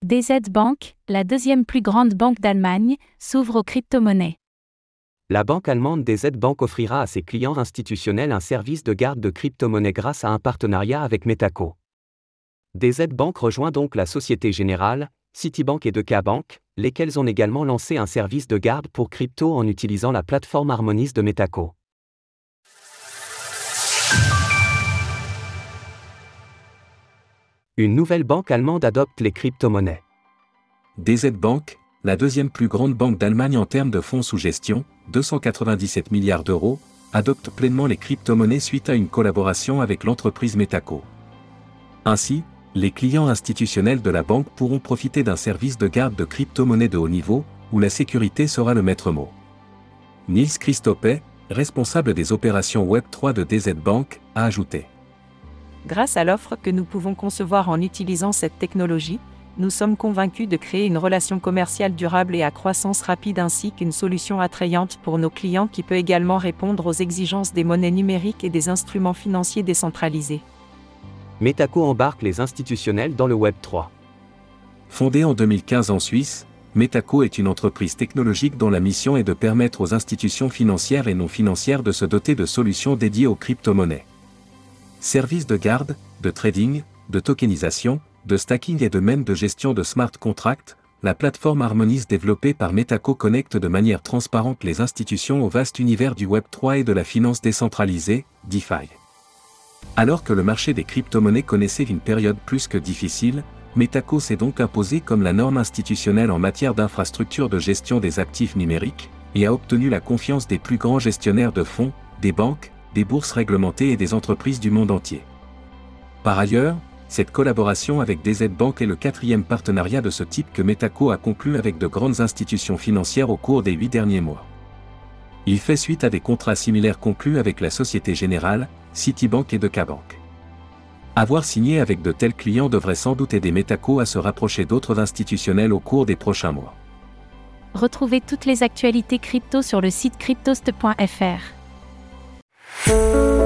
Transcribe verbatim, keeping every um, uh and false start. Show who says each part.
Speaker 1: D Z Bank, la deuxième plus grande banque d'Allemagne, s'ouvre aux crypto-monnaies.
Speaker 2: La banque allemande D Z Bank offrira à ses clients institutionnels un service de garde de crypto-monnaies grâce à un partenariat avec Metaco. D Z Bank rejoint donc la Société Générale, Citibank et Deutsche Bank, lesquels ont également lancé un service de garde pour crypto en utilisant la plateforme Harmonies de Metaco. Une nouvelle banque allemande adopte les crypto-monnaies.
Speaker 3: D Z Bank, la deuxième plus grande banque d'Allemagne en termes de fonds sous gestion, deux cent quatre-vingt-dix-sept milliards d'euros, adopte pleinement les crypto-monnaies suite à une collaboration avec l'entreprise Metaco. Ainsi, les clients institutionnels de la banque pourront profiter d'un service de garde de crypto-monnaies de haut niveau, où la sécurité sera le maître mot. Niels Christophe, responsable des opérations Web trois de D Z Bank, a ajouté.
Speaker 4: Grâce à l'offre que nous pouvons concevoir en utilisant cette technologie, nous sommes convaincus de créer une relation commerciale durable et à croissance rapide ainsi qu'une solution attrayante pour nos clients qui peut également répondre aux exigences des monnaies numériques et des instruments financiers décentralisés.
Speaker 2: Metaco embarque les institutionnels dans le Web trois.
Speaker 3: Fondée en deux mille quinze en Suisse, Metaco est une entreprise technologique dont la mission est de permettre aux institutions financières et non financières de se doter de solutions dédiées aux crypto-monnaies. Services de garde, de trading, de tokenisation, de stacking et de même de gestion de smart contracts, la plateforme Harmonies développée par Metaco connecte de manière transparente les institutions au vaste univers du Web trois et de la finance décentralisée, DeFi. Alors que le marché des crypto-monnaies connaissait une période plus que difficile, Metaco s'est donc imposé comme la norme institutionnelle en matière d'infrastructure de gestion des actifs numériques, et a obtenu la confiance des plus grands gestionnaires de fonds, des banques, des bourses réglementées et des entreprises du monde entier. Par ailleurs, cette collaboration avec D Z Bank est le quatrième partenariat de ce type que Metaco a conclu avec de grandes institutions financières au cours des huit derniers mois. Il fait suite à des contrats similaires conclus avec la Société Générale, Citibank et Deutsche Bank. Avoir signé avec de tels clients devrait sans doute aider Metaco à se rapprocher d'autres institutionnels au cours des prochains mois.
Speaker 1: Retrouvez toutes les actualités crypto sur le site cryptost point f r.